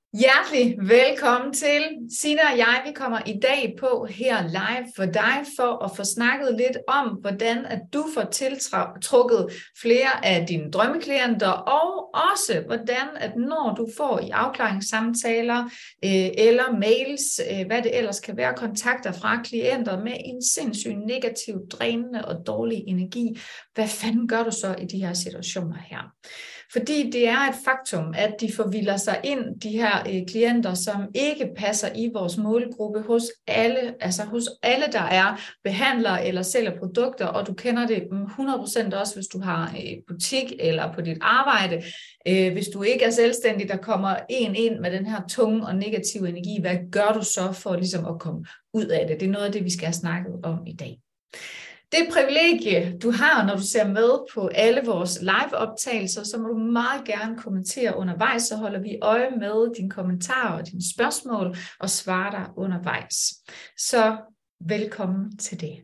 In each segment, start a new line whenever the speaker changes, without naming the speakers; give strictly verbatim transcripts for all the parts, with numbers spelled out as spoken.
Hjertelig velkommen til. Signe og jeg, vi kommer i dag på her live for dig for at få snakket lidt om, hvordan at du får tiltrukket flere af dine drømmeklienter, og også hvordan at når du får i afklaringssamtaler øh, eller mails, øh, hvad det ellers kan være, kontakter fra klienter med en sindssygt negativ, drænende og dårlig energi, hvad fanden gør du så i de her situationer her? Fordi det er et faktum, at de forvilder sig ind, de her øh, klienter, som ikke passer i vores målgruppe hos alle, altså hos alle, der er behandlere eller sælger produkter, og du kender det hundrede procent også, hvis du har øh, butik eller på dit arbejde. Øh, hvis du ikke er selvstændig, der kommer en ind med den her tunge og negative energi, hvad gør du så for ligesom at komme ud af det? Det er noget af det, vi skal have snakket om i dag. Det privilegie, du har, når du ser med på alle vores live-optagelser, så må du meget gerne kommentere undervejs, så holder vi øje med dine kommentarer og dine spørgsmål og svarer dig undervejs. Så velkommen til det.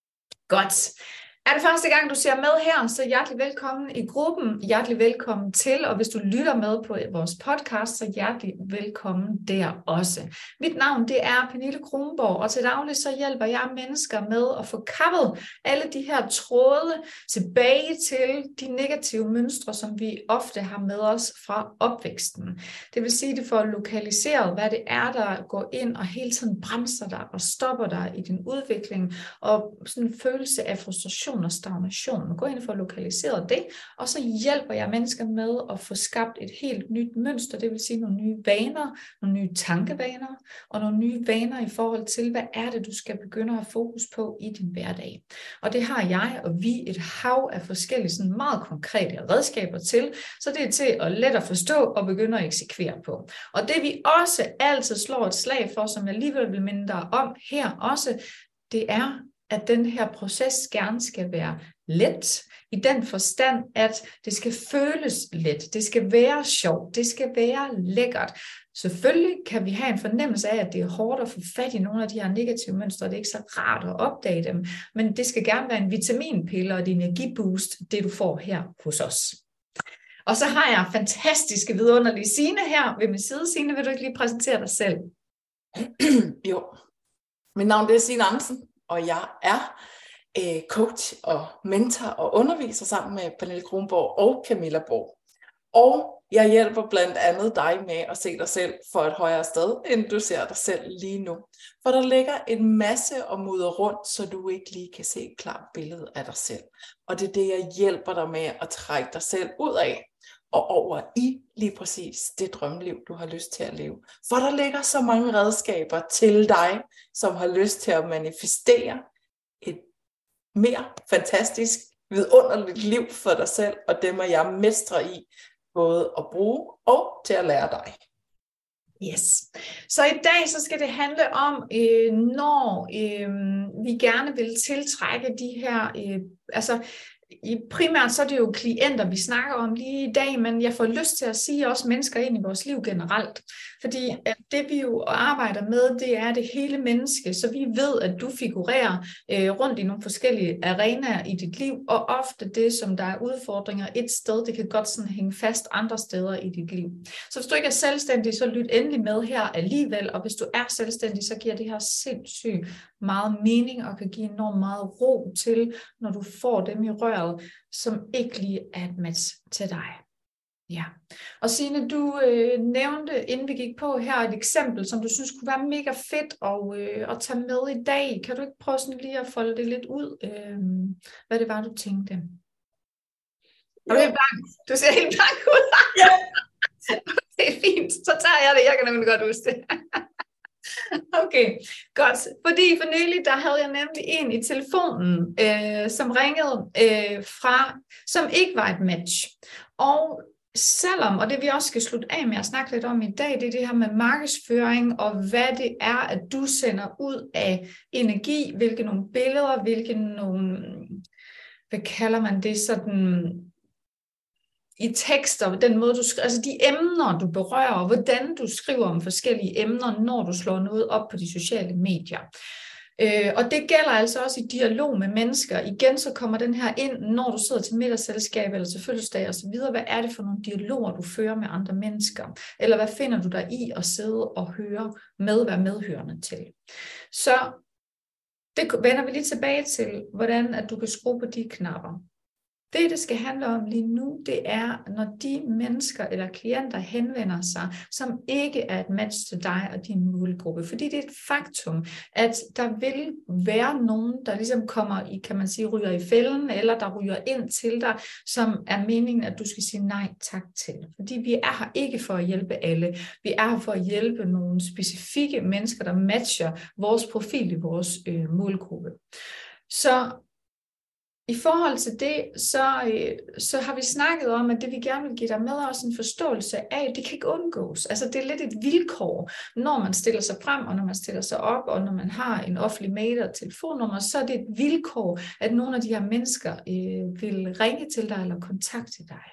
Godt. Er det første gang, du ser med her, så hjertelig velkommen i gruppen, hjertelig velkommen til, og hvis du lytter med på vores podcast, så hjertelig velkommen der også. Mit navn, det er Pernille Kronborg, og til daglig så hjælper jeg mennesker med at få kappet alle de her tråde tilbage til de negative mønstre, som vi ofte har med os fra opvæksten. Det vil sige, at det får lokaliseret, hvad det er, der går ind og hele tiden bremser dig og stopper dig i din udvikling, og sådan en følelse af frustration og stagnation. Gå ind for at lokalisere det, og så hjælper jeg mennesker med at få skabt et helt nyt mønster, det vil sige nogle nye vaner, nogle nye tankevaner, og nogle nye vaner i forhold til, hvad er det, du skal begynde at have fokus på i din hverdag. Og det har jeg og vi et hav af forskellige sådan meget konkrete redskaber til, så det er til at let at forstå og begynde at eksekvere på. Og det vi også altid slår et slag for, som jeg alligevel vil minde dig om her også, det er, at den her proces gerne skal være let, i den forstand, at det skal føles let, det skal være sjovt, det skal være lækkert. Selvfølgelig kan vi have en fornemmelse af, at det er hårdt at få fat i nogle af de her negative mønstre, det er ikke så rart at opdage dem, men det skal gerne være en vitaminpille og et energiboost, det du får her hos os. Og så har jeg fantastiske, vidunderlige Signe her ved min side. Signe, vil du ikke lige præsentere dig selv?
Jo, mit navn det er Signe Andersen. Og jeg er øh, coach og mentor og underviser sammen med Pernille Kronborg og Camilla Borg. Og jeg hjælper blandt andet dig med at se dig selv for et højere sted, end du ser dig selv lige nu. For der ligger en masse og mudder rundt, så du ikke lige kan se et klart billede af dig selv. Og det er det, jeg hjælper dig med at trække dig selv ud af og over i lige præcis det drømmeliv, du har lyst til at leve. For der ligger så mange redskaber til dig, som har lyst til at manifestere et mere fantastisk, vidunderligt liv for dig selv, og det må jeg mestre i, både at bruge og til at lære dig.
Yes. Så i dag så skal det handle om, øh, når øh, vi gerne vil tiltrække de her, øh, altså I primært så er det jo klienter, vi snakker om lige i dag, men jeg får lyst til at sige også mennesker ind i vores liv generelt. Fordi det vi jo arbejder med, det er det hele menneske, så vi ved, at du figurerer øh, rundt i nogle forskellige arenaer i dit liv, og ofte det, som der er udfordringer et sted, det kan godt sådan hænge fast andre steder i dit liv. Så hvis du ikke er selvstændig, så lyt endelig med her alligevel, og hvis du er selvstændig, så giver det her sindssygt meget mening, og kan give enormt meget ro til, når du får dem i røret, som ikke lige er et match til dig. Ja. Og Signe, du øh, nævnte, inden vi gik på her, et eksempel, som du synes kunne være mega fedt at, øh, at tage med i dag. Kan du ikke prøve sådan lige at folde det lidt ud, øh, hvad det var, du tænkte? Er du helt blank? Du ser helt blank ud. Ja. Det er fint, så tager jeg det. Jeg kan nemlig godt huske det. Okay, godt. Fordi for nylig, der havde jeg nemlig en i telefonen, øh, som ringede øh, fra, som ikke var et match. Og selvom, og det vi også skal slutte af med at snakke lidt om i dag, det er det her med markedsføring, og hvad det er, at du sender ud af energi, hvilke nogle billeder, hvilke nogle, hvad kalder man det, sådan i tekster, den måde du skriver, altså de emner, du berører, og hvordan du skriver om forskellige emner, når du slår noget op på de sociale medier. Øh, og det gælder altså også i dialog med mennesker. Igen så kommer den her ind, når du sidder til middagsselskab eller til fødselsdag og så videre. Hvad er det for nogle dialoger, du fører med andre mennesker? Eller hvad finder du dig i at sidde og høre med, hvad medhørende til? Så det vender vi lige tilbage til, hvordan at du kan skrue på de knapper. Det, det skal handle om lige nu, det er, når de mennesker eller klienter henvender sig, som ikke er et match til dig og din målgruppe. Fordi det er et faktum, at der vil være nogen, der ligesom kommer i, kan man sige, ryger i fælden, eller der ryger ind til dig, som er meningen, at du skal sige nej tak til. Fordi vi er her ikke for at hjælpe alle. Vi er her for at hjælpe nogle specifikke mennesker, der matcher vores profil i vores øh, målgruppe. Så i forhold til det, så, så har vi snakket om, at det vi gerne vil give dig med, er også en forståelse af, at det kan ikke undgås. Altså det er lidt et vilkår, når man stiller sig frem, og når man stiller sig op, og når man har en offentlig mail og telefonnummer, så er det et vilkår, at nogle af de her mennesker øh, vil ringe til dig eller kontakte dig.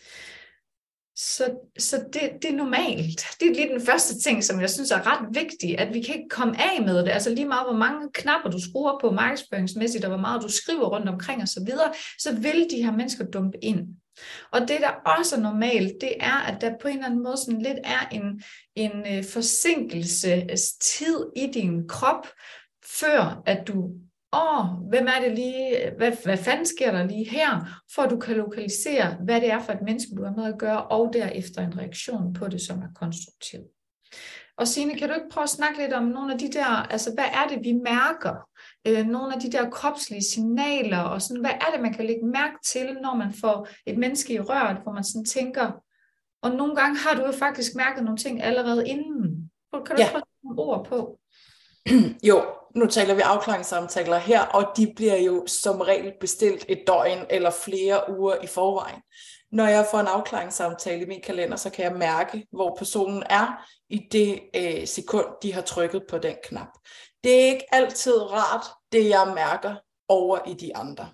Så, så det, det er normalt. Det er lige den første ting, som jeg synes er ret vigtig, at vi kan ikke komme af med det. Altså lige meget, hvor mange knapper du skruer på markedsføringsmæssigt, og hvor meget du skriver rundt omkring osv., så, så vil de her mennesker dumpe ind. Og det, der også er normalt, det er, at der på en eller anden måde sådan lidt er en, en forsinkelsestid i din krop, før at du Åh, hvem er det lige, hvad, hvad fanden sker der lige her, for at du kan lokalisere, hvad det er for et menneske, du har med at gøre, og derefter en reaktion på det, som er konstruktiv. Og Signe, kan du ikke prøve at snakke lidt om nogle af de der, altså hvad er det, vi mærker? Øh, nogle af de der kropslige signaler, og sådan, hvad er det, man kan lægge mærke til, når man får et menneske i røret, hvor man sådan tænker, og nogle gange har du jo faktisk mærket nogle ting allerede inden. Kan du ja. prøve nogle ord på?
Jo, nu taler vi afklaringssamtaler her, og de bliver jo som regel bestilt et døgn eller flere uger i forvejen. Når jeg får en afklaringssamtale i min kalender, så kan jeg mærke, hvor personen er i det øh, sekund, de har trykket på den knap. Det er ikke altid rart, det jeg mærker over i de andre.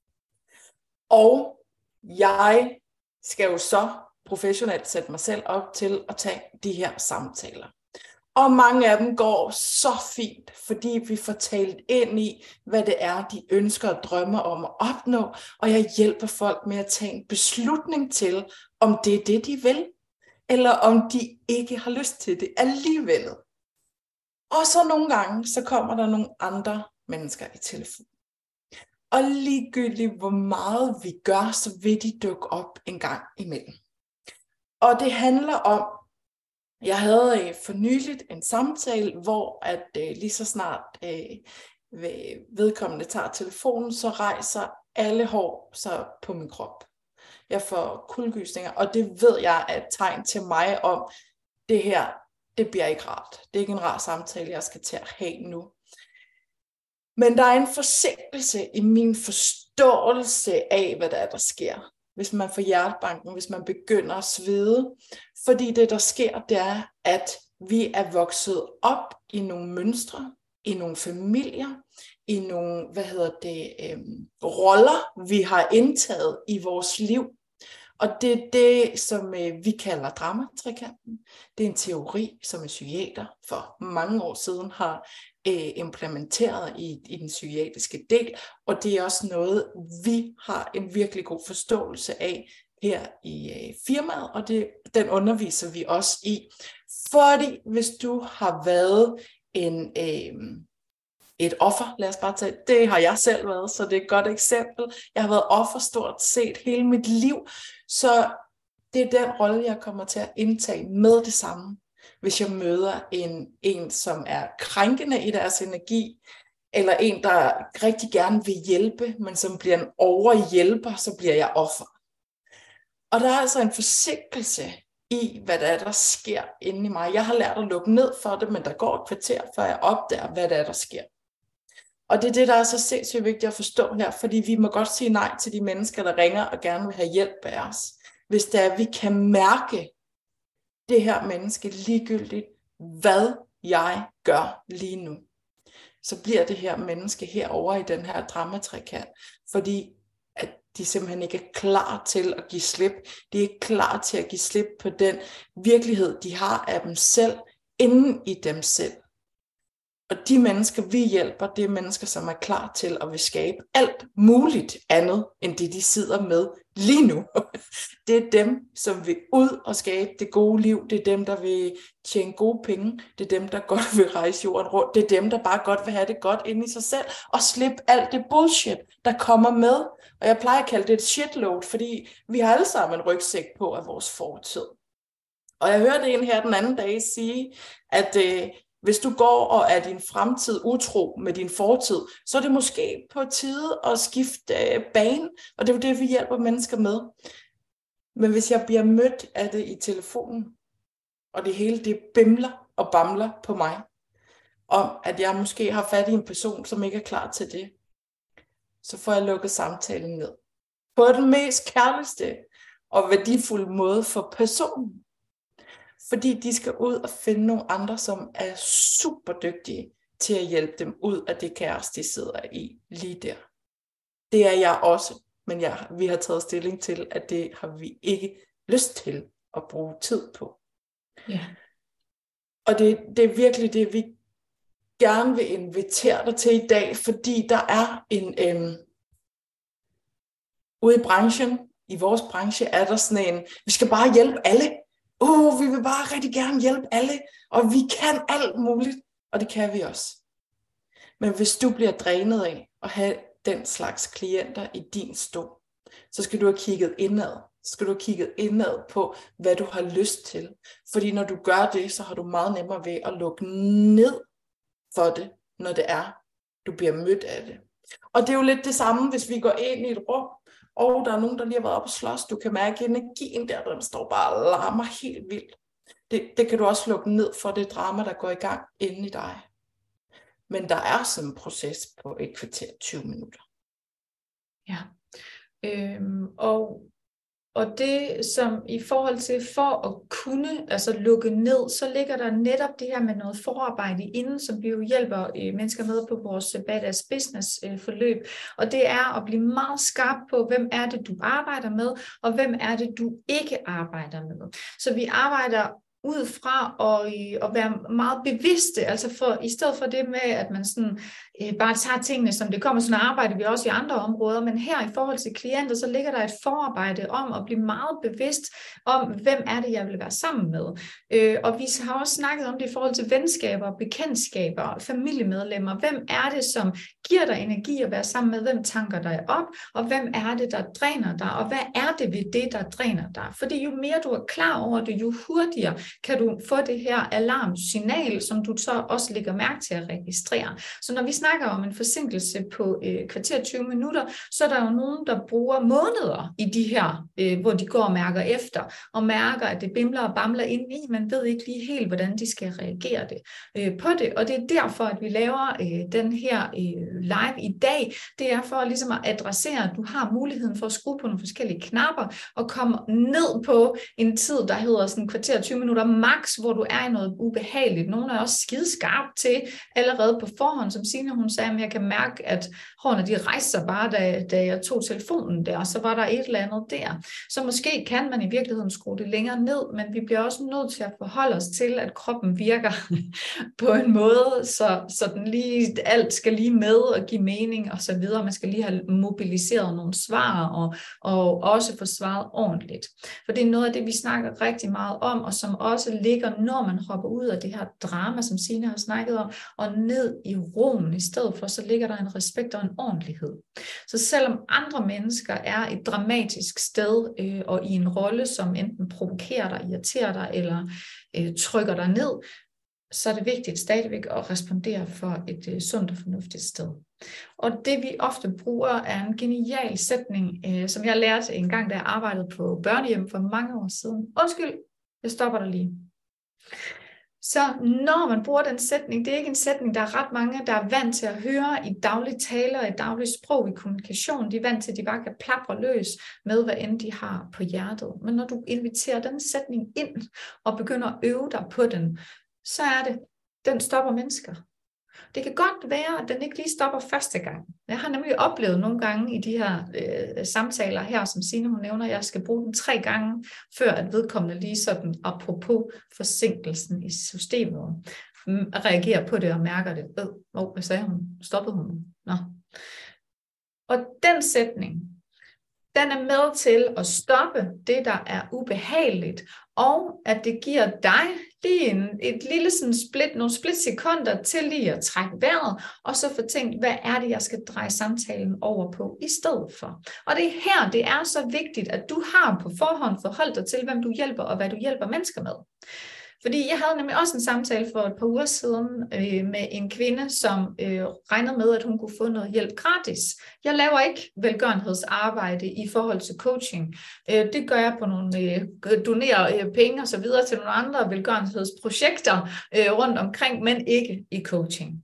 Og jeg skal jo så professionelt sætte mig selv op til at tage de her samtaler. Og mange af dem går så fint, fordi vi får talt ind i, hvad det er, de ønsker og drømmer om at opnå. Og jeg hjælper folk med at tage en beslutning til, om det er det, de vil, eller om de ikke har lyst til det alligevel. Og så nogle gange, så kommer der nogle andre mennesker i telefon. Og ligegyldigt hvor meget vi gør, så vil de dukke op en gang imellem. Og det handler om, jeg havde øh, for nyligt en samtale, hvor at øh, lige så snart øh, vedkommende tager telefonen, så rejser alle hår så på min krop. Jeg får kuldegysninger, og det ved jeg er et tegn til mig om, det her, det bliver ikke rart. Det er ikke en rar samtale, jeg skal til at have nu. Men der er en forsinkelse i min forståelse af, hvad der er, der sker. Hvis man får hjertebanken, hvis man begynder at svede. Fordi det, der sker, det er, at vi er vokset op i nogle mønstre, i nogle familier, i nogle, hvad hedder det, øhm, roller, vi har indtaget i vores liv. Og det er det, som øh, vi kalder dramatrikanten. Det er en teori, som en psykiater for mange år siden har øh, implementeret i, i den psykiatriske del. Og det er også noget, vi har en virkelig god forståelse af her i øh, firmaet, og det, den underviser vi også i. Fordi hvis du har været en, øh, et offer, lad os bare tage, det har jeg selv været, så det er et godt eksempel. Jeg har været offer stort set hele mit liv, så det er den rolle, jeg kommer til at indtage med det samme. Hvis jeg møder en, en som er krænkende i deres energi, eller en, der rigtig gerne vil hjælpe, men som bliver en overhjælper, så bliver jeg offer. Og der er altså en forsinkelse i, hvad der er, der sker inde i mig. Jeg har lært at lukke ned for det, men der går et kvarter, før jeg opdager, hvad der er, der sker. Og det er det, der er så sindssygt vigtigt at forstå her, fordi vi må godt sige nej til de mennesker, der ringer og gerne vil have hjælp af os. Hvis det er, at vi kan mærke det her menneske ligegyldigt, hvad jeg gør lige nu, så bliver det her menneske herovre i den her dramatrikant, fordi at de simpelthen ikke er klar til at give slip. De er ikke klar til at give slip på den virkelighed, de har af dem selv, inden i dem selv. Og de mennesker, vi hjælper, det er mennesker, som er klar til at vil skabe alt muligt andet, end det de sidder med lige nu. Det er dem, som vil ud og skabe det gode liv. Det er dem, der vil tjene gode penge. Det er dem, der godt vil rejse jorden rundt. Det er dem, der bare godt vil have det godt inde i sig selv. Og slippe alt det bullshit, der kommer med. Og jeg plejer at kalde det et shitload, fordi vi har alle sammen en rygsæk på af vores fortid. Og jeg hørte en her den anden dag sige, at øh, hvis du går og er din fremtid utro med din fortid, så er det måske på tide at skifte øh, bane, og det er jo det, vi hjælper mennesker med. Men hvis jeg bliver mødt af det i telefonen, og det hele det bimler og bamler på mig, om at jeg måske har fat i en person, som ikke er klar til det, så får jeg lukket samtalen ned. På den mest kærligste og værdifulde måde for personen. Fordi de skal ud og finde nogle andre, som er super dygtige til at hjælpe dem ud af det kaos, de sidder i lige der. Det er jeg også, men jeg, vi har taget stilling til, at det har vi ikke lyst til at bruge tid på.
Ja.
Og det, det er virkelig det, vi gerne vil invitere dig til i dag, fordi der er en... Øhm, ude i branchen, i vores branche, er der sådan en, vi skal bare hjælpe alle. Uh, vi vil bare rigtig gerne hjælpe alle, og vi kan alt muligt, og det kan vi også. Men hvis du bliver drænet af at have den slags klienter i din stol, så skal du have kigget indad. Så skal du have kigget indad på, hvad du har lyst til. Fordi når du gør det, så har du meget nemmere ved at lukke ned for det, når det er, du bliver mødt af det. Og det er jo lidt det samme, hvis vi går ind i et rum, og der er nogen, der lige har været op og slås. Du kan mærke energien der, der står bare og larmer helt vildt. Det, det kan du også lukke ned for det drama, der går i gang inde i dig. Men der er sådan en proces på et kvarter tyve minutter.
Ja, øhm, og, og det som i forhold til for at kunne altså lukke ned, så ligger der netop det her med noget forarbejde inden, som vi jo hjælper øh, mennesker med på vores Badass Business øh, forløb. Og det er at blive meget skarp på, hvem er det, du arbejder med, og hvem er det, du ikke arbejder med. Så vi arbejder ud fra at, at være meget bevidste, altså for, i stedet for det med, at man sådan, øh, bare tager tingene, som det kommer, sådan arbejder vi også i andre områder, men her i forhold til klienter, så ligger der et forarbejde om at blive meget bevidst om, hvem er det, jeg vil være sammen med. Øh, og vi har også snakket om det i forhold til venskaber, bekendtskaber, familiemedlemmer. Hvem er det, som giver dig energi at være sammen med? Hvem tanker dig op? Og hvem er det, der dræner dig? Og hvad er det ved det, der dræner dig? Fordi jo mere du er klar over det, jo hurtigere kan du få det her alarmsignal, som du så også lægger mærke til at registrere. Så når vi snakker om en forsinkelse på øh, kvarter tyve minutter, så er der jo nogen, der bruger måneder i de her, øh, hvor de går og mærker efter, og mærker, at det bimler og bamler indeni, men ved ikke lige helt, hvordan de skal reagere det, øh, på det. Og det er derfor, at vi laver øh, den her øh, live i dag. Det er for ligesom at adressere, at du har muligheden for at skrue på nogle forskellige knapper, og komme ned på en tid, der hedder sådan kvarter tyve minutter max, hvor du er i noget ubehageligt. Nogle er også skideskarp til allerede på forhånd, som Signe hun sagde, men jeg kan mærke, at hårene de rejser sig bare, da, da jeg tog telefonen der, og så var der et eller andet der. Så måske kan man i virkeligheden skrue det længere ned, men vi bliver også nødt til at forholde os til, at kroppen virker på en måde, så, så den lige, alt skal lige med og give mening og så videre. Man skal lige have mobiliseret nogle svar og, og også få svaret ordentligt. For det er noget af det, vi snakker rigtig meget om, og som også ligger, når man hopper ud af det her drama, som Signe har snakket om, og ned i roen i stedet for, så ligger der en respekt og en ordentlighed. Så selvom andre mennesker er et dramatisk sted øh, og i en rolle, som enten provokerer dig, irriterer dig eller øh, trykker dig ned, så er det vigtigt stadigvæk at respondere for et øh, sundt og fornuftigt sted. Og det vi ofte bruger er en genial sætning, øh, som jeg lærte en gang, da jeg arbejdede på børnehjem for mange år siden. Undskyld, jeg stopper dig lige. Så når man bruger den sætning, det er ikke en sætning, der er ret mange, der er vant til at høre i daglig tale og i daglig sprog i kommunikation. De er vant til, at de bare kan plapre løs med, hvad end de har på hjertet. Men når du inviterer den sætning ind og begynder at øve dig på den, så er det, den stopper mennesker. Det kan godt være, at den ikke lige stopper første gang. Jeg har nemlig oplevet nogle gange i de her øh, samtaler her, som Signe hun nævner, at jeg skal bruge den tre gange, før at vedkommende lige sådan, apropos forsinkelsen i systemet, reagerer på det og mærker det. Åh, oh, hvad sagde hun? Stoppede hun? Nå. Og den sætning, den er med til at stoppe det, der er ubehageligt, og at det giver dig lige en, et lille sådan split, nogle split sekunder til lige at trække vejret, og så få tænkt, hvad er det, jeg skal dreje samtalen over på i stedet for. Og det er her, det er så vigtigt, at du har på forhånd forholdt dig til, hvem du hjælper, og hvad du hjælper mennesker med. Fordi jeg havde nemlig også en samtale for et par uger siden øh, med en kvinde, som øh, regnede med, at hun kunne få noget hjælp gratis. Jeg laver ikke velgørenhedsarbejde i forhold til coaching. Øh, det gør jeg på nogle, øh, donerer øh, penge og så videre til nogle andre velgørenhedsprojekter øh, rundt omkring, men ikke i coaching.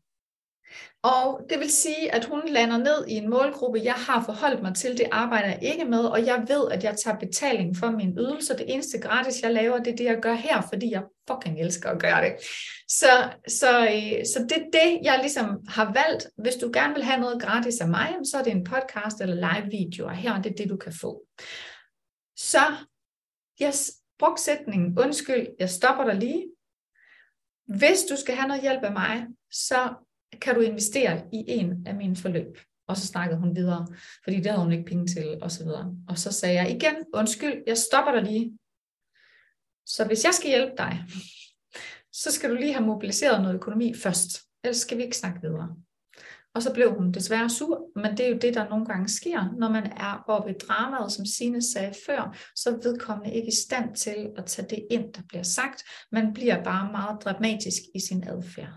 Og det vil sige, at hun lander ned i en målgruppe, jeg har forholdt mig til, det arbejder jeg ikke med, og jeg ved, at jeg tager betaling for min ydelse. Det eneste gratis, jeg laver, det er det, jeg gør her, fordi jeg fucking elsker at gøre det. Så, så, så det er det, jeg ligesom har valgt. Hvis du gerne vil have noget gratis af mig, så er det en podcast eller live video, og her er det det, du kan få. Så jeg brugte sætningen, undskyld, jeg stopper dig lige. Hvis du skal have noget hjælp af mig, så kan du investere i en af mine forløb? Og så snakkede hun videre, fordi det havde hun ikke penge til, og så videre. Og så sagde jeg igen, undskyld, jeg stopper dig lige. Så hvis jeg skal hjælpe dig, så skal du lige have mobiliseret noget økonomi først. Ellers skal vi ikke snakke videre. Og så blev hun desværre sur, men det er jo det, der nogle gange sker, når man er oppe i dramaet, som Signe sagde før, så er vedkommende ikke i stand til at tage det ind, der bliver sagt. Man bliver bare meget dramatisk i sin adfærd.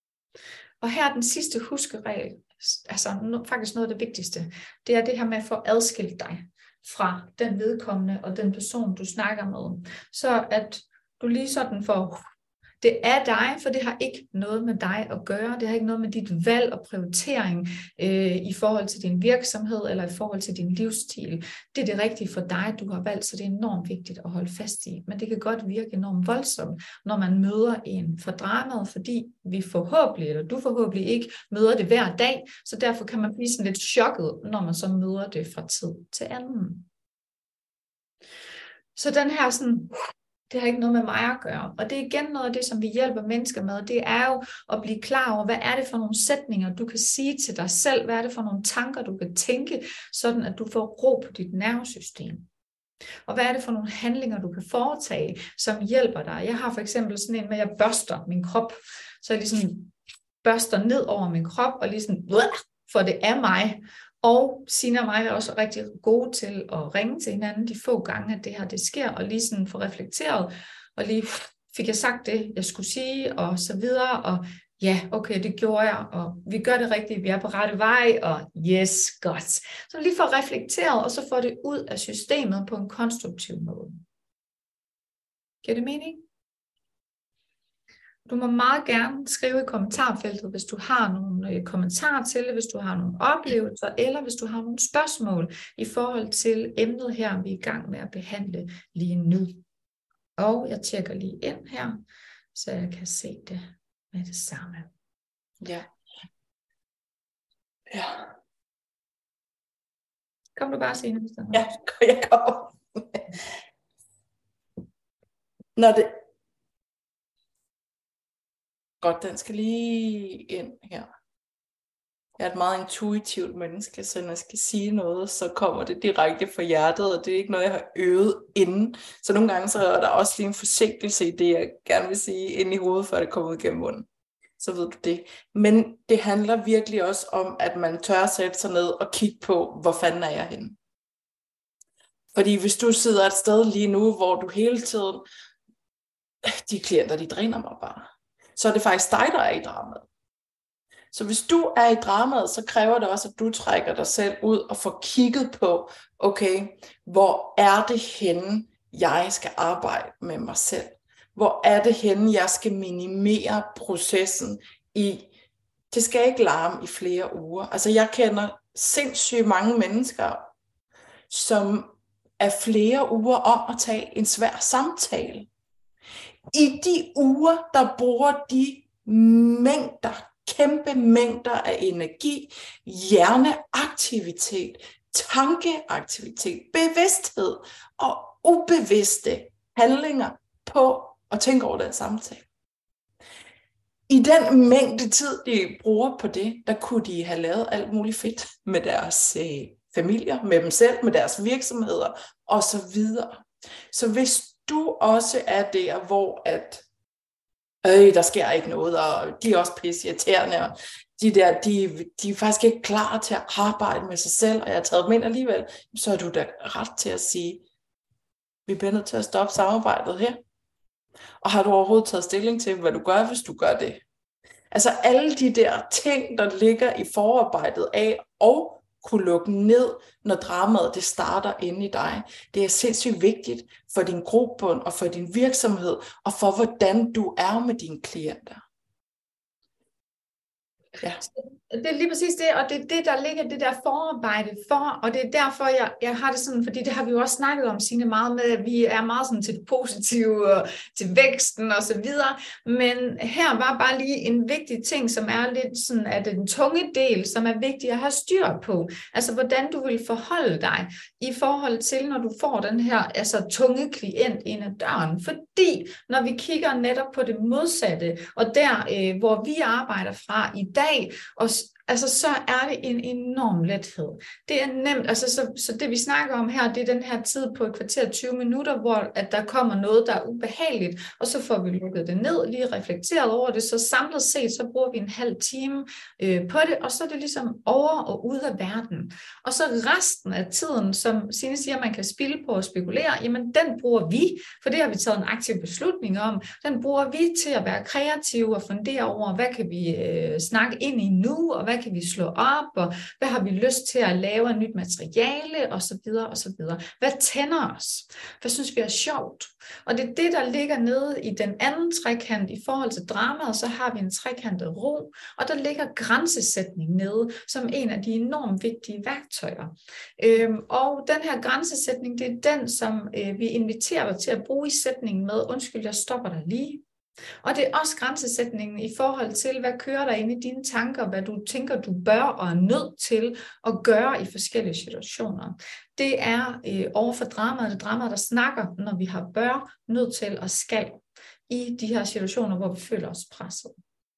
Og her er den sidste huskeregel, altså faktisk noget af det vigtigste, det er det her med at få adskilt dig fra den vedkommende og den person, du snakker med. Så at du lige sådan får, det er dig, for det har ikke noget med dig at gøre, det har ikke noget med dit valg og prioritering øh, i forhold til din virksomhed eller i forhold til din livsstil. Det er det rigtige for dig, du har valgt, så det er enormt vigtigt at holde fast i. Men det kan godt virke enormt voldsomt, når man møder en for dramaet, fordi vi forhåbentlig, eller du forhåbentlig ikke møder det hver dag, så derfor kan man blive sådan lidt chokket, når man så møder det fra tid til anden. Så den her sådan... Det har ikke noget med mig at gøre. Og det er igen noget af det, som vi hjælper mennesker med. Det er jo at blive klar over, hvad er det for nogle sætninger, du kan sige til dig selv? Hvad er det for nogle tanker, du kan tænke, sådan at du får ro på dit nervesystem? Og hvad er det for nogle handlinger, du kan foretage, som hjælper dig? Jeg har for eksempel sådan en med, at jeg børster min krop. Så jeg ligesom børster ned over min krop, og ligesom, for det er mig. Og Signe og mig er også rigtig gode til at ringe til hinanden de få gange, at det her det sker, og lige sådan få reflekteret, og lige fik jeg sagt det, jeg skulle sige, og så videre, og ja, okay, det gjorde jeg, og vi gør det rigtigt, vi er på rette vej, og yes, godt. Så lige få reflekteret, og så få det ud af systemet på en konstruktiv måde. Giver det mening? Du må meget gerne skrive i kommentarfeltet, hvis du har nogle øh, kommentarer til det, hvis du har nogle oplevelser, eller hvis du har nogle spørgsmål i forhold til emnet her, vi er i gang med at behandle lige nu. Og jeg tjekker lige ind her, så jeg kan se det med det samme.
Ja. Ja.
Kom du bare se det.
Ja, jeg kommer. Når det... Godt, den skal lige ind her. Jeg er et meget intuitivt menneske, så når jeg skal sige noget, så kommer det direkte fra hjertet, og det er ikke noget, jeg har øvet inden. Så nogle gange så er der også lige en forsinkelse i det, jeg gerne vil sige inde i hovedet, før det kommer ud gennem munden. Så ved du det. Men det handler virkelig også om, at man tør sætte sig ned og kigge på, hvor fanden er jeg henne. Fordi hvis du sidder et sted lige nu, hvor du hele tiden, de klienter, de dræner mig bare, så er det faktisk dig, der er i dramaet. Så hvis du er i dramaet, så kræver det også, at du trækker dig selv ud og får kigget på, okay, hvor er det henne, jeg skal arbejde med mig selv? Hvor er det henne, jeg skal minimere processen i? Det skal ikke larme i flere uger. Altså jeg kender sindssygt mange mennesker, som er flere uger om at tage en svær samtale. I de uger, der bruger de mængder, kæmpe mængder af energi, hjerneaktivitet, tankeaktivitet, bevidsthed og ubevidste handlinger på at tænke over den samtale. i den mængde tid, de bruger på det, der kunne de have lavet alt muligt fedt med deres øh, familier, med dem selv, med deres virksomheder og så videre. Så hvis du også er der, hvor at øh, der sker ikke noget, og de er også pisseirriterende, og de der, de, de er faktisk ikke klar til at arbejde med sig selv, og jeg har taget dem ind alligevel, så er du da ret til at sige, vi bliver nødt til at stoppe samarbejdet her. Og har du overhovedet taget stilling til, hvad du gør, hvis du gør det? Altså alle de der ting, der ligger i forarbejdet af, og kunne lukke ned, når dramaet det starter inde i dig. Det er sindssygt vigtigt for din grobund og for din virksomhed, og for hvordan du er med dine klienter. Ja.
Det er lige præcis det, og det er det, der ligger det der forarbejde for, og det er derfor, jeg, jeg har det sådan, fordi det har vi jo også snakket om, Signe, meget med, at vi er meget sådan til det positive, og til væksten og så videre, men her var bare lige en vigtig ting, som er lidt sådan, at den tunge del, som er vigtig at have styr på, altså hvordan du vil forholde dig i forhold til, når du får den her altså tunge klient ind ad døren, fordi når vi kigger netop på det modsatte, og der, øh, hvor vi arbejder fra i dag, og altså, så er det en enorm lethed. Det er nemt, altså, så, så det vi snakker om her, det er den her tid på et kvarter tyve minutter, hvor at der kommer noget, der er ubehageligt, og så får vi lukket det ned, lige reflekteret over det, så samlet set, så bruger vi en halv time øh, på det, og så er det ligesom over og ud af verden. Og så resten af tiden, som Signe siger, man kan spilde på at spekulere, jamen den bruger vi, for det har vi taget en aktiv beslutning om, den bruger vi til at være kreative og fundere over, hvad kan vi øh, snakke ind i nu, og hvad kan vi slå op, og hvad har vi lyst til at lave af nyt materiale, og så videre, og så videre. Hvad tænder os? Hvad synes vi er sjovt? Og det er det, der ligger nede i den anden trekant i forhold til dramaet, så har vi en trekantet ro, og der ligger grænsesætning nede, som en af de enormt vigtige værktøjer. Øhm, og den her grænsesætning, det er den, som øh, vi inviterer dig til at bruge i sætningen med, undskyld, jeg stopper dig lige. Og det er også grænsesætningen i forhold til, hvad kører der inde i dine tanker, hvad du tænker, du bør og er nødt til at gøre i forskellige situationer. Det er øh, over for dramaet, det dramaet, der snakker, når vi har bør, nødt til og skal i de her situationer, hvor vi føler os presset.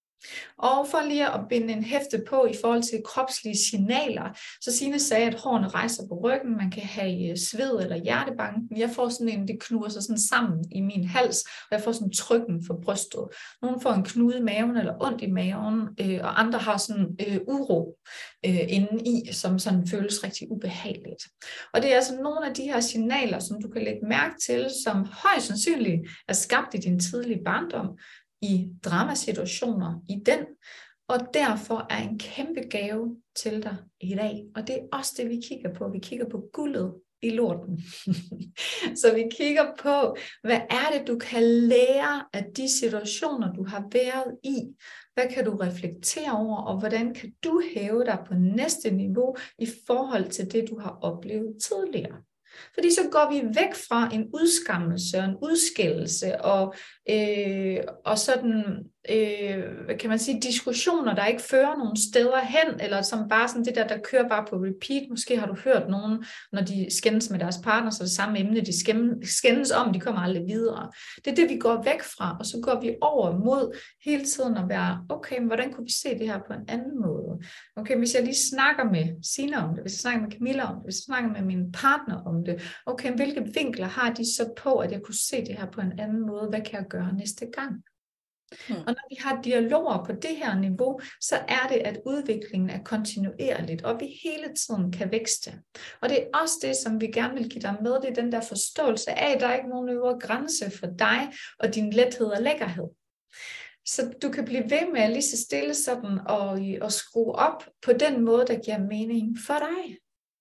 Og for lige at binde en hæfte på i forhold til kropslige signaler, så Signe sagde, at hårene rejser på ryggen, man kan have sved eller hjertebanken. Jeg får sådan en, det knuger sig sådan sammen i min hals, og jeg får sådan en trykken for brystet. Nogle får en knude i maven eller ondt i maven, øh, og andre har sådan øh, uro øh, indeni, som sådan føles rigtig ubehageligt. Og det er altså nogle af de her signaler, som du kan lægge mærke til, som højst sandsynligt er skabt i din tidlige barndom, i dramasituationer i den, og derfor er en kæmpe gave til dig i dag. Og det er også det, vi kigger på. Vi kigger på guldet i lorten. Så vi kigger på, hvad er det, du kan lære af de situationer, du har været i? Hvad kan du reflektere over, og hvordan kan du hæve dig på næste niveau i forhold til det, du har oplevet tidligere? Fordi så går vi væk fra en udskammelse og en udskældelse og, øh, og sådan, øh, hvad kan man sige, diskussioner, der ikke fører nogen steder hen, eller som bare sådan det der, der kører bare på repeat. Måske har du hørt nogen, når de skændes med deres partner, så er det samme emne, de skændes om, de kommer aldrig videre. Det er det, vi går væk fra, og så går vi over mod hele tiden at være, okay, men hvordan kunne vi se det her på en anden måde? Okay, hvis jeg lige snakker med Signe om det, hvis jeg snakker med Camilla om det, hvis jeg snakker med min partner om det, okay, hvilke vinkler har de så på, at jeg kunne se det her på en anden måde? Hvad kan jeg gøre næste gang? Hmm. Og når vi har dialoger på det her niveau, så er det, at udviklingen er kontinuerligt, og vi hele tiden kan vækste. Og det er også det, som vi gerne vil give dig med, det er den der forståelse af, at der er ikke nogen øvre grænse for dig og din lethed og lækkerhed. Så du kan blive ved med lige så stille sådan og, og skrue op på den måde, der giver mening for dig.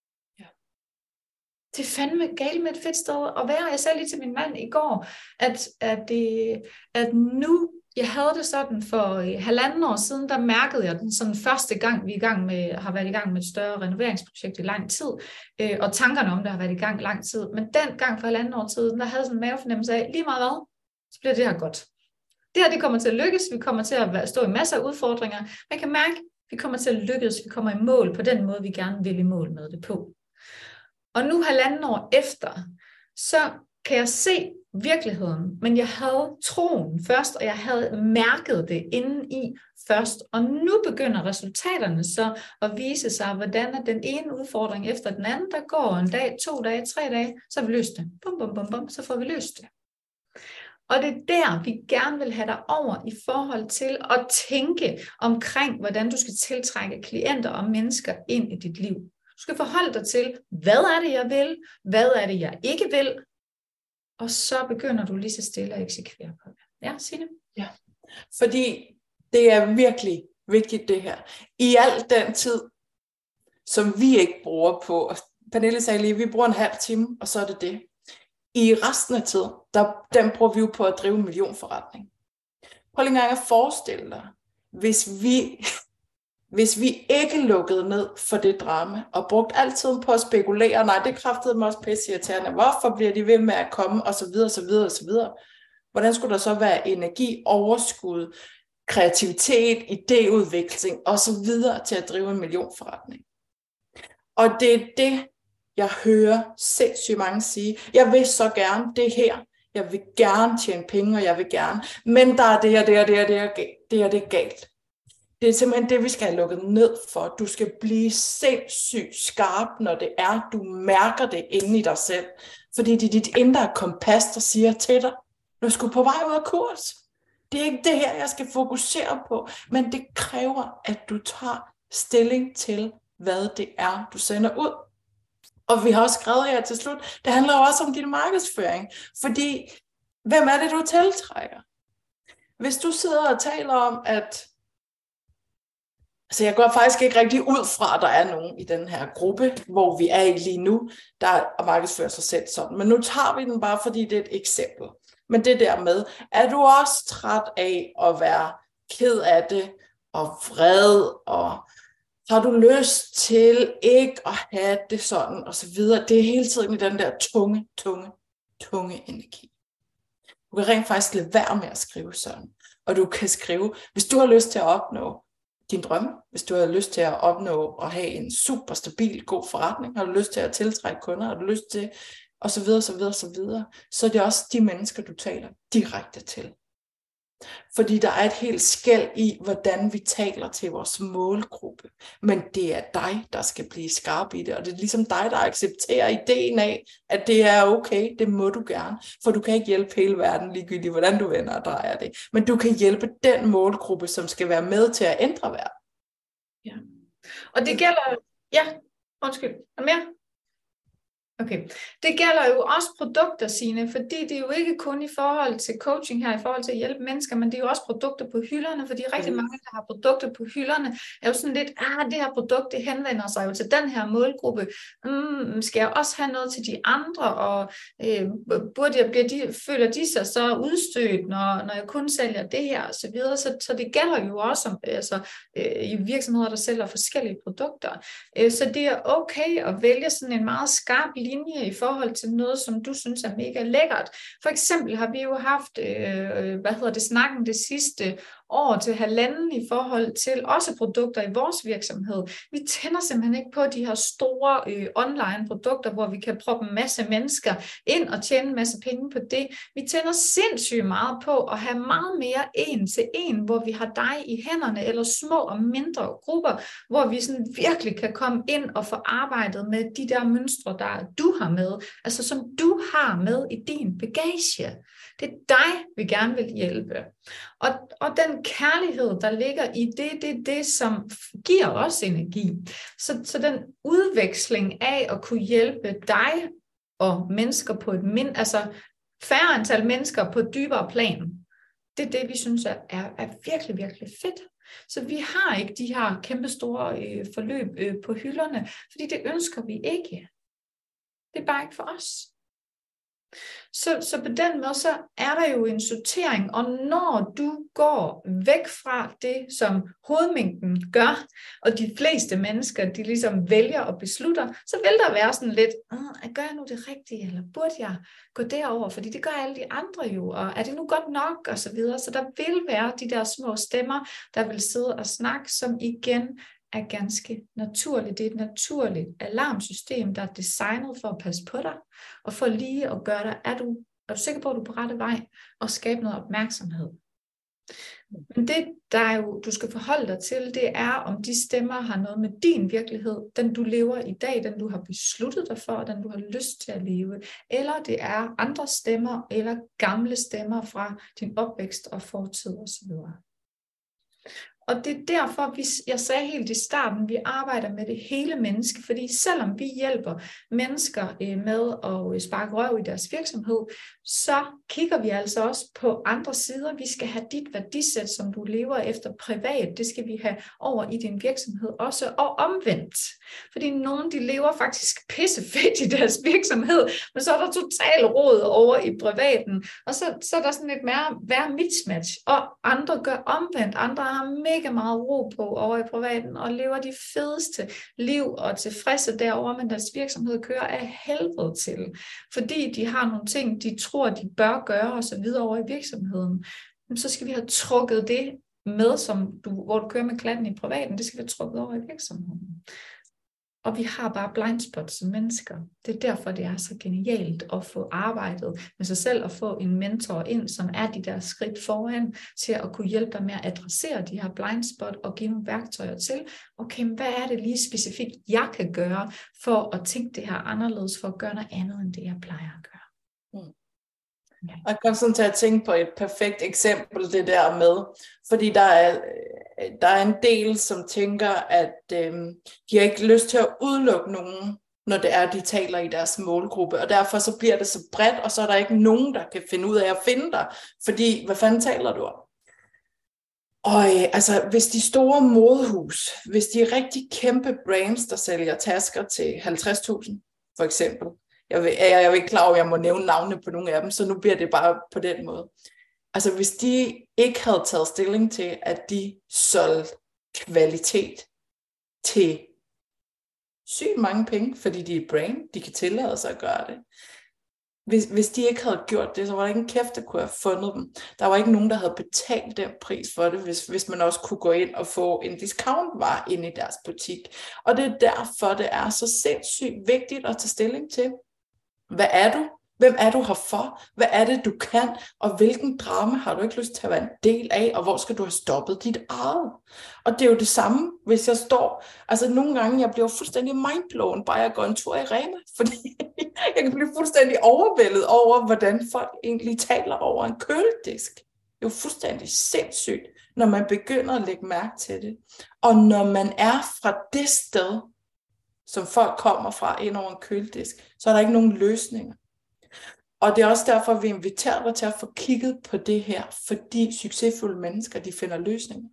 Det er fandme galt med et fedt sted at være. Jeg sagde lige til min mand i går, at, at, det, at nu, jeg havde det sådan for halvanden år siden, der mærkede jeg den sådan første gang, vi er i gang med, har været i gang med et større renoveringsprojekt i lang tid, øh, og tankerne om det har været i gang i lang tid. Men den gang for halvanden år siden, der havde jeg sådan en mavefornemmelse af, lige meget hvad, så bliver det her godt. Det her, det kommer til at lykkes, vi kommer til at stå i masser af udfordringer. Man kan mærke, at vi kommer til at lykkes, vi kommer i mål på den måde, vi gerne vil i mål med det på. Og nu halvanden år efter, så kan jeg se virkeligheden, men jeg havde troen først, og jeg havde mærket det indeni først, og nu begynder resultaterne så at vise sig, hvordan er den ene udfordring efter den anden, der går en dag, to dage, tre dage, så har vi løst det. Bum, bum, bum, bum, så får vi løst det. Og det er der, vi gerne vil have dig over i forhold til at tænke omkring, hvordan du skal tiltrække klienter og mennesker ind i dit liv. Du skal forholde dig til, hvad er det, jeg vil? Hvad er det, jeg ikke vil? Og så begynder du lige så stille at eksekvere på det. Ja, Signe?
Ja, fordi det er virkelig vigtigt det her. I al den tid, som vi ikke bruger på, og Pernille sagde lige, vi bruger en halv time, og så er det det. I resten af tiden, der, den bruger vi jo på at drive en millionforretning. Prøv lige engang at forestille dig, hvis vi, hvis vi ikke lukkede ned for det drama, og brugt altid på at spekulere, nej, det kræftede mig også pisseirriterende, hvorfor bliver de ved med at komme, og så videre, så videre, så videre. Hvordan skulle der så være energi, overskud, kreativitet, idéudvikling, og så videre til at drive en millionforretning? Og det er det, jeg hører sindssygt mange sige, jeg vil så gerne det her, jeg vil gerne tjene penge, og jeg vil gerne, men der er det og det og det og det og det og det er galt. Det er simpelthen det, vi skal have lukket ned for. Du skal blive sindssygt skarp, når det er, du mærker det inde i dig selv. Fordi det er dit indre kompas, der siger til dig, du er sgu på vej ud af kurs. Det er ikke det her, jeg skal fokusere på, men det kræver, at du tager stilling til, hvad det er, du sender ud. Og vi har også skrevet her til slut, det handler jo også om din markedsføring. Fordi, hvem er det, du tiltrækker? Hvis du sidder og taler om, at altså jeg går faktisk ikke rigtig ud fra, at der er nogen i den her gruppe, hvor vi er i lige nu, der markedsfører sig selv sådan. Men nu tager vi den bare, fordi det er et eksempel. Men det der med, er du også træt af at være ked af det, og vred, og har du lyst til ikke at have det sådan, og så videre. Det er hele tiden i den der tunge, tunge, tunge energi. Du kan rent faktisk lade være med at skrive sådan. Og du kan skrive, hvis du har lyst til at opnå din drømme, hvis du har lyst til at opnå at have en super stabil, god forretning, har du lyst til at tiltrække kunder, har du lyst til, og så videre, så videre, så videre, så er det også de mennesker, du taler direkte til. Fordi der er et helt skel i, hvordan vi taler til vores målgruppe. Men det er dig, der skal blive skarp i det. Og det er ligesom dig, der accepterer ideen af, at det er okay, det må du gerne. For du kan ikke hjælpe hele verden ligegyldigt, hvordan du vender og drejer det. Men du kan hjælpe den målgruppe, som skal være med til at ændre verden.
Ja. Og det gælder... Ja, undskyld. Er mere? Okay. Det gælder jo også produkter, Signe, fordi det er jo ikke kun i forhold til coaching her, i forhold til at hjælpe mennesker, men det er jo også produkter på hylderne, fordi rigtig mange, der har produkter på hylderne, er jo sådan lidt, ah, det her produkt, det henvender sig jo til den her målgruppe. Mm, skal jeg også have noget til de andre, og øh, burde jeg, bliver de, føler de sig så udstødt, når, når jeg kun sælger det her, og så videre. Så, så det gælder jo også om, altså, øh, i virksomheder, der sælger forskellige produkter. Øh, så det er okay at vælge sådan en meget skarp linje i forhold til noget, som du synes er mega lækkert. For eksempel har vi jo haft, øh, hvad hedder det, snakken det sidste år til halvanden i forhold til også produkter i vores virksomhed. Vi tænder simpelthen ikke på de her store øh, online produkter, hvor vi kan proppe en masse mennesker ind og tjene en masse penge på det. Vi tænder sindssygt meget på at have meget mere en til en, hvor vi har dig i hænderne, eller små og mindre grupper, hvor vi sådan virkelig kan komme ind og få arbejdet med de der mønstre, der du har med, altså som du har med i din bagage. Det er dig, vi gerne vil hjælpe. Og, og den kærlighed, der ligger i det, det er det, som giver os energi. Så, så den udveksling af at kunne hjælpe dig og mennesker på et mind, altså færre antal mennesker på et dybere plan, det er det, vi synes er, er, er virkelig, virkelig fedt. Så vi har ikke de her kæmpe store øh, forløb øh, på hylderne, fordi det ønsker vi ikke. Det er bare ikke for os. Så, så på den måde, så er der jo en sortering, og når du går væk fra det, som hovedmængden gør, og de fleste mennesker, de ligesom vælger og beslutter, så vil der være sådan lidt, gør jeg nu det rigtige, eller burde jeg gå derover, fordi det gør alle de andre jo, og er det nu godt nok, og så videre. Så der vil være de der små stemmer, der vil sidde og snakke, som igen er ganske naturligt. Det er et naturligt alarmsystem, der er designet for at passe på dig, og for lige at gøre dig, er du Er du sikker på, at du er på rette vej? Og skabe noget opmærksomhed. Men det, der er jo, du skal forholde dig til, det er, om de stemmer har noget med din virkelighed, den du lever i dag, den du har besluttet dig for, den du har lyst til at leve, eller det er andre stemmer, eller gamle stemmer fra din opvækst og fortid osv. Og det er derfor, jeg sagde helt i starten, vi arbejder med det hele menneske, fordi selvom vi hjælper mennesker med at sparke røv i deres virksomhed, så kigger vi altså også på andre sider. Vi skal have dit værdisæt, som du lever efter privat, det skal vi have over i din virksomhed også, og omvendt. Fordi nogen, de lever faktisk pissefedt i deres virksomhed, men så er der total rod over i privaten, og så, så er der sådan et mere værre mismatch, og andre gør omvendt. Andre har mega meget ro på over i privaten, og lever de fedeste liv og tilfredse derovre, men deres virksomhed kører af helvede til, fordi de har nogle ting, de tror, de bør gøre, og så videre over i virksomheden. Så skal vi have trukket det med, som du, hvor du kører med klatten i privaten, det skal vi have trukket over i virksomheden. Og vi har bare blindspots som mennesker. Det er derfor, det er så genialt at få arbejdet med sig selv og få en mentor ind, som er de der skridt foran til at kunne hjælpe dig med at adressere de her blindspot og give nogle værktøjer til. Okay, hvad er det lige specifikt, jeg kan gøre for at tænke det her anderledes, for at gøre noget andet, end det jeg plejer at gøre.
Mm. Ja. Og jeg kom sådan til at tænke på et perfekt eksempel, det der med, fordi der er, der er en del, som tænker, at øhm, de har ikke lyst til at udelukke nogen, når det er, de taler i deres målgruppe, og derfor så bliver det så bredt, og så er der ikke nogen, der kan finde ud af at finde dig, fordi, hvad fanden taler du om? Og øh, altså, hvis de store modehus, hvis de er rigtig kæmpe brands, der sælger tasker til halvtreds tusind, for eksempel, Jeg, ved, jeg er jo ikke klar over, at jeg må nævne navne på nogle af dem, så nu bliver det bare på den måde. Altså hvis de ikke havde taget stilling til, at de solgte kvalitet til sygt mange penge, fordi de er brand, de kan tillade sig at gøre det. Hvis, hvis de ikke havde gjort det, så var der ikke en kæft, der kunne have fundet dem. Der var ikke nogen, der havde betalt den pris for det, hvis, hvis man også kunne gå ind og få en discountvar ind i deres butik. Og det er derfor, det er så sindssygt vigtigt at tage stilling til. Hvad er du? Hvem er du herfor? Hvad er det, du kan? Og hvilken drama har du ikke lyst til at være en del af? Og hvor skal du have stoppet dit eget? Og det er jo det samme, hvis jeg står... Altså nogle gange, jeg bliver fuldstændig mindblown, bare jeg går en tur i Rema. Fordi jeg kan blive fuldstændig overvældet over, hvordan folk egentlig taler over en køledisk. Det er jo fuldstændig sindssygt, når man begynder at lægge mærke til det. Og når man er fra det sted, som folk kommer fra ind over en køledisk, så er der ikke nogen løsninger. Og det er også derfor, vi inviterer dig til at få kigget på det her, fordi succesfulde mennesker, de finder løsninger.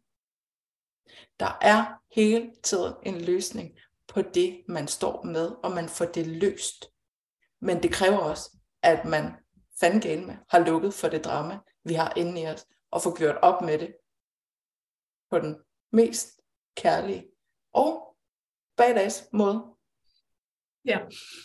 Der er hele tiden en løsning på det, man står med, og man får det løst. Men det kræver også, at man fandgale med har lukket for det drama, vi har inde i os, og får gjort op med det på den mest kærlige og badass måde.
Ja.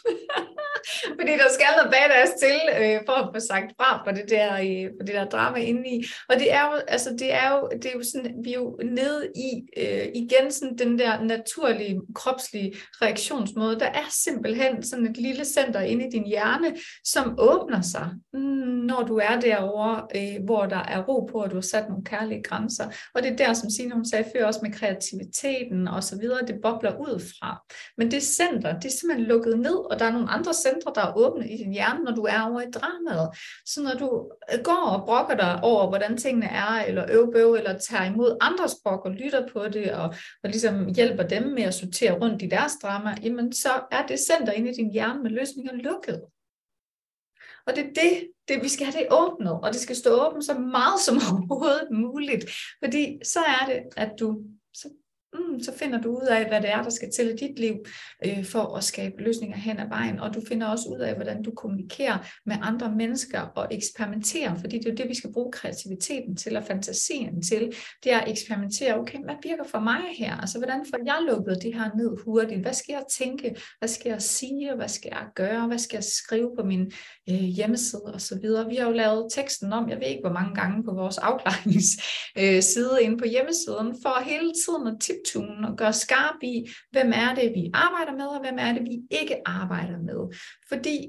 Fordi der skal noget badass til, øh, for at få sagt fra på det der, øh, på det der drama indeni. Og det er jo, altså det er jo, det er jo sådan, vi er jo nede i, øh, igen sådan den der naturlige, kropslige reaktionsmåde. Der er simpelthen sådan et lille center inde i din hjerne, som åbner sig, når du er derovre, øh, hvor der er ro på, og du har sat nogle kærlige grænser. Og det er der, som Signe hun sagde før, også med kreativiteten og så videre, det bobler ud fra. Men det center, det er simpelthen lukket ned, og der er nogle andre centre, der er åbne i din hjerne, når du er over i dramaet. Så når du går og brokker dig over, hvordan tingene er, eller øvbøv, eller tager imod andres brok og lytter på det, og, og ligesom hjælper dem med at sortere rundt i deres drama, jamen så er det center inde i din hjerne med løsninger lukket. Og det er det, det, vi skal have det åbnet, og det skal stå åbent så meget som overhovedet muligt, fordi så er det, at du... Så Mm, så finder du ud af, hvad det er, der skal til i dit liv, øh, for at skabe løsninger hen ad vejen. Og du finder også ud af, hvordan du kommunikerer med andre mennesker og eksperimenterer, fordi det er det, vi skal bruge kreativiteten til og fantasien til. Det er at eksperimentere, okay, hvad virker for mig her? Altså, hvordan får jeg lukket det her ned hurtigt? Hvad skal jeg tænke? Hvad skal jeg sige? Hvad skal jeg gøre? Hvad skal jeg skrive på min øh, hjemmeside? Og så videre. Vi har jo lavet teksten om, jeg ved ikke, hvor mange gange på vores afklaringsside øh, inde på hjemmesiden, for hele tiden at tippe og gøre skarp i, hvem er det, vi arbejder med, og hvem er det, vi ikke arbejder med. Fordi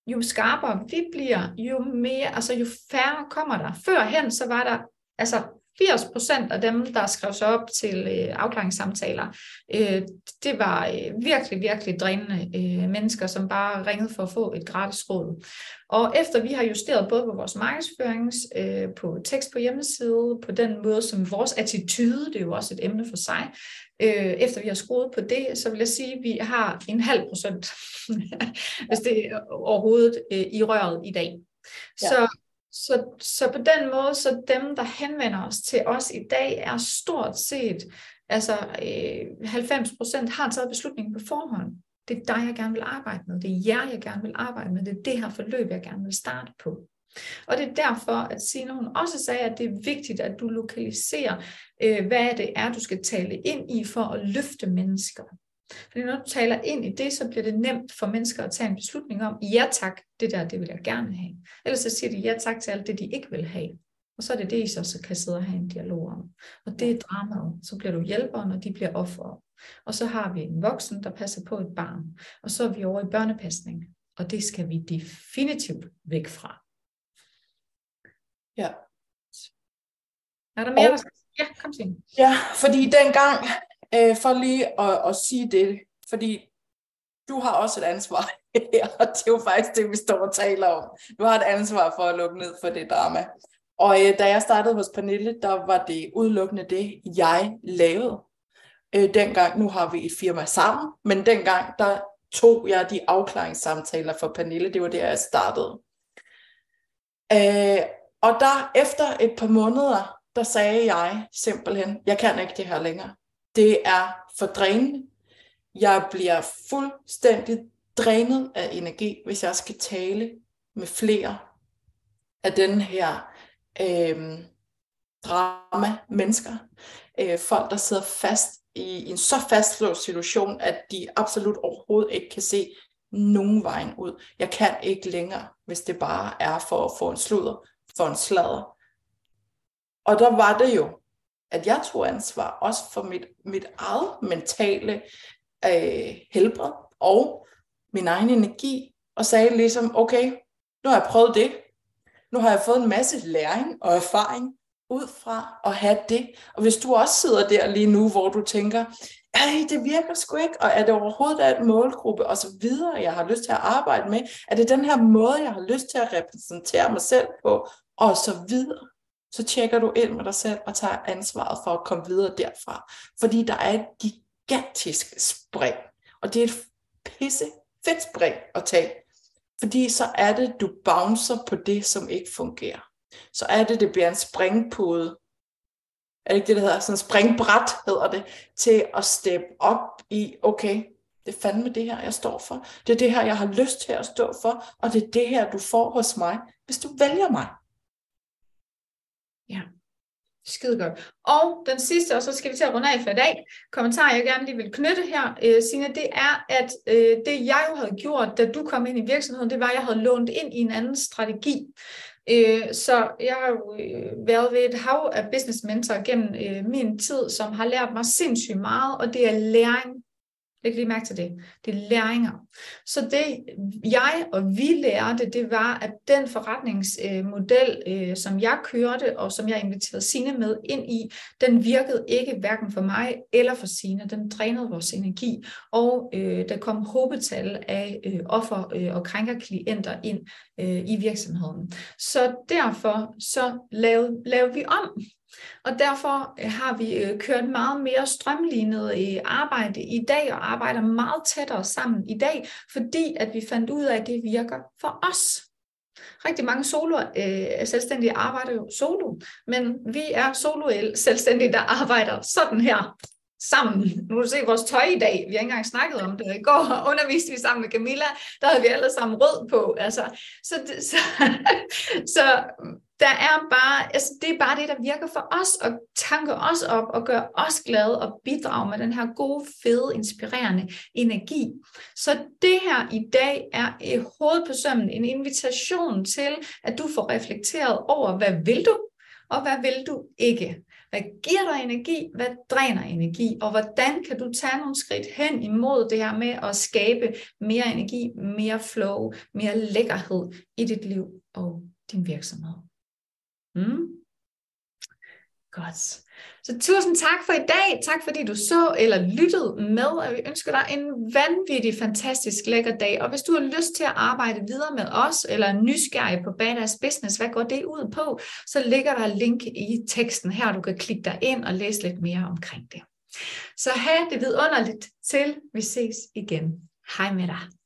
jo skarpere vi bliver, jo mere, altså jo færre kommer der. Førhen så var der altså firs procent af dem, der skrev sig op til øh, afklaringssamtaler, øh, det var øh, virkelig, virkelig drænende øh, mennesker, som bare ringede for at få et gratis råd. Og efter vi har justeret både på vores markedsførings, øh, på tekst på hjemmeside, på den måde, som vores attitude, det er jo også et emne for sig, øh, efter vi har skruet på det, så vil jeg sige, at vi har en halv procent, hvis det er overhovedet øh, i røret i dag. Ja. Så Så, så på den måde, så dem, der henvender os til os i dag, er stort set, altså øh, halvfems procent har taget beslutningen på forhånd. Det er dig, jeg gerne vil arbejde med. Det er jer, jeg gerne vil arbejde med. Det er det her forløb, jeg gerne vil starte på. Og det er derfor, at Signe hun også sagde, at det er vigtigt, at du lokaliserer, øh, hvad det er, du skal tale ind i for at løfte mennesker. Fordi når du taler ind i det, så bliver det nemt for mennesker at tage en beslutning om, ja tak, det der, det vil jeg gerne have. Ellers så siger de ja tak til alt det, de ikke vil have. Og så er det det, I så, så kan sidde og have en dialog om. Og det er dramaet. Så bliver du hjælperen, og de bliver offeret. Og så har vi en voksen, der passer på et barn. Og så er vi over i børnepasning. Og det skal vi definitivt væk fra.
Ja.
Er der mere,
og,
der skal... Ja, kom til.
Ja, fordi dengang... Øh, for lige at, at sige det, fordi du har også et ansvar her, og det er jo faktisk det, vi står og taler om. Du har et ansvar for at lukke ned for det drama. Og øh, da jeg startede hos Pernille, der var det udelukkende det, jeg lavede. Øh, dengang, nu har vi et firma sammen, men dengang, der tog jeg de afklaringssamtaler for Pernille, det var der, jeg startede. Øh, og der efter et par måneder, der sagde jeg simpelthen, jeg kan ikke det her længere. Det er for drænende. Jeg bliver fuldstændig drænet af energi, hvis jeg skal tale med flere af den her øh, drama-mennesker. Øh, folk, der sidder fast i en så fastlåst situation, at de absolut overhovedet ikke kan se nogen vejen ud. Jeg kan ikke længere, hvis det bare er for at få en sludder, for en sladder. Og der var det jo, at jeg tog ansvar også for mit, mit eget mentale øh, helbred og min egen energi, og sagde ligesom, okay, nu har jeg prøvet det. Nu har jeg fået en masse læring og erfaring ud fra at have det. Og hvis du også sidder der lige nu, hvor du tænker, ej, det virker sgu ikke, og er det overhovedet en målgruppe, og så videre, jeg har lyst til at arbejde med, er det den her måde, jeg har lyst til at repræsentere mig selv på, og så videre. Så tjekker du ind med dig selv og tager ansvaret for at komme videre derfra. Fordi der er et gigantisk spring. Og det er et pisse fedt spring at tage. Fordi så er det, du bouncer på det, som ikke fungerer. Så er det, det bliver en springpude. Er det ikke det, der hedder? Sådan en springbræt hedder det. Til at steppe op i, okay, det er fandme det her, jeg står for. Det er det her, jeg har lyst til at stå for. Og det er det her, du får hos mig, hvis du vælger mig.
Ja, skide godt. Og den sidste, og så skal vi til at runde af for i dag, kommentar jeg gerne lige vil knytte her, øh, Signe, det er, at øh, det jeg jo havde gjort, da du kom ind i virksomheden, det var, at jeg havde lånt ind i en anden strategi. Øh, så jeg har jo øh, været ved et hav af business mentor gennem øh, min tid, som har lært mig sindssygt meget, og det er læring. Læg lige mærke til det. Det er læringer. Så det jeg og vi lærte, det var, at den forretningsmodel, øh, som jeg kørte, og som jeg inviterede Signe med ind i, den virkede ikke hverken for mig eller for Signe. Den drænede vores energi, og øh, der kom håbetal af øh, offer øh, og krænkerklienter ind øh, i virksomheden. Så derfor så lavede, lavede vi om. Og derfor har vi kørt meget mere strømlignet arbejde i dag, og arbejder meget tættere sammen i dag, fordi at vi fandt ud af, at det virker for os. Rigtig mange solo øh, selvstændige arbejder jo solo, men vi er solo selvstændige, der arbejder sådan her sammen. Nu kan du se vores tøj i dag. Vi har ikke engang snakket om det. I går underviste vi sammen med Camilla. Der havde vi alle sammen rød på. Altså, så, så, så der er bare, altså, det er bare det, der virker for os, og tanker os op, og gør os glade, og bidrage med den her gode, fede, inspirerende energi. Så det her i dag er i hovedet på sømmen en invitation til, at du får reflekteret over, hvad vil du? og hvad vil du ikke? Hvad giver dig energi? Hvad dræner energi? Og hvordan kan du tage nogle skridt hen imod det her med at skabe mere energi, mere flow, mere lækkerhed i dit liv og din virksomhed? Mm? Godt. Så tusind tak for i dag. Tak fordi du så eller lyttede med, og vi ønsker dig en vanvittig, fantastisk lækker dag. Og hvis du har lyst til at arbejde videre med os, eller er nysgerrig på Badass Business, hvad går det ud på, så ligger der et link i teksten her, du kan klikke dig ind og læse lidt mere omkring det. Så have det vidunderligt til vi ses igen. Hej med dig.